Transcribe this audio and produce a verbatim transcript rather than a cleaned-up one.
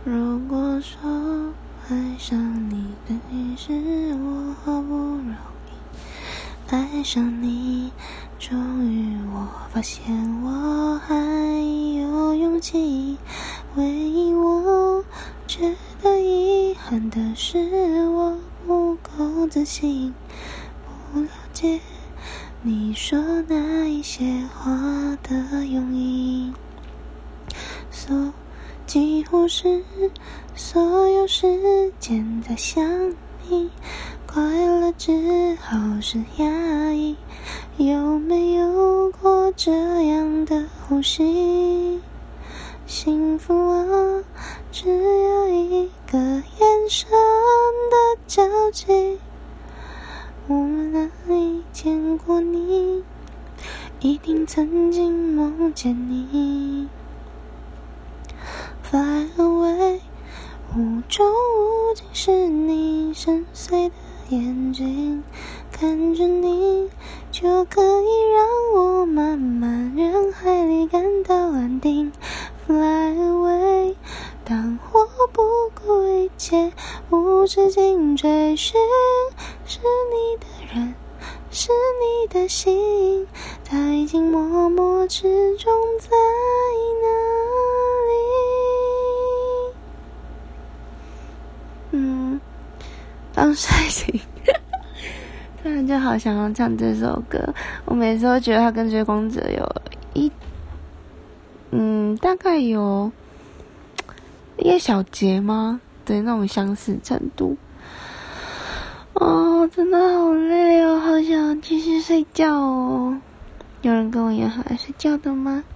如果说爱上你的你是我好不容易爱上你，终于我发现我还有勇气。唯一我觉得遗憾的是我不够自信，不了解你说那一些话的用意。所几乎是所有时间在想你，快乐只好是压抑。有没有过这样的呼吸？幸福啊，只有一个眼神的交集。我哪里见过你？一定曾经梦见你。Fly away， 无中无尽是你深邃的眼睛，看着你就可以让我漫漫人海里感到安定。Fly away， 当我不顾一切无止境追寻，是你的人，是你的心，它已经默默之中在哪里。嗯，当帅气突然就好想要唱这首歌。我每次都觉得他跟追光者有一嗯大概有一个小节吗的那种相似程度。哦，真的好累哦，好想继续睡觉哦。有人跟我一样好爱睡觉的吗？